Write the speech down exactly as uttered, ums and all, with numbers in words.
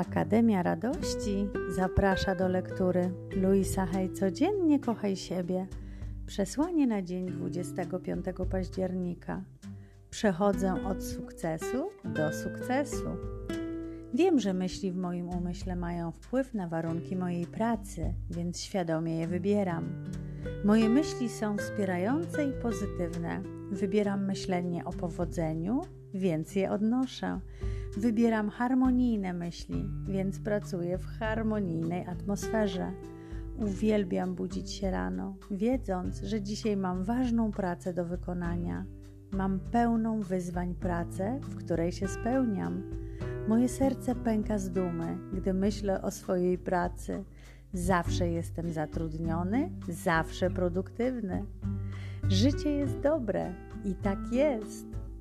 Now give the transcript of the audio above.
Akademia Radości zaprasza do lektury Louisa Hay Codziennie kochaj siebie. Przesłanie na dzień dwudziestego piątego października. Przechodzę od sukcesu do sukcesu. Wiem, że myśli w moim umyśle mają wpływ na warunki mojej pracy, więc świadomie je wybieram. Moje myśli są wspierające i pozytywne. Wybieram myślenie o powodzeniu, więc je odnoszę. Wybieram harmonijne myśli, więc pracuję w harmonijnej atmosferze. Uwielbiam budzić się rano, wiedząc, że dzisiaj mam ważną pracę do wykonania. Mam pełną wyzwań pracę, w której się spełniam. Moje serce pęka z dumy, gdy myślę o swojej pracy. Zawsze jestem zatrudniony, zawsze produktywny. Życie jest dobre i tak jest.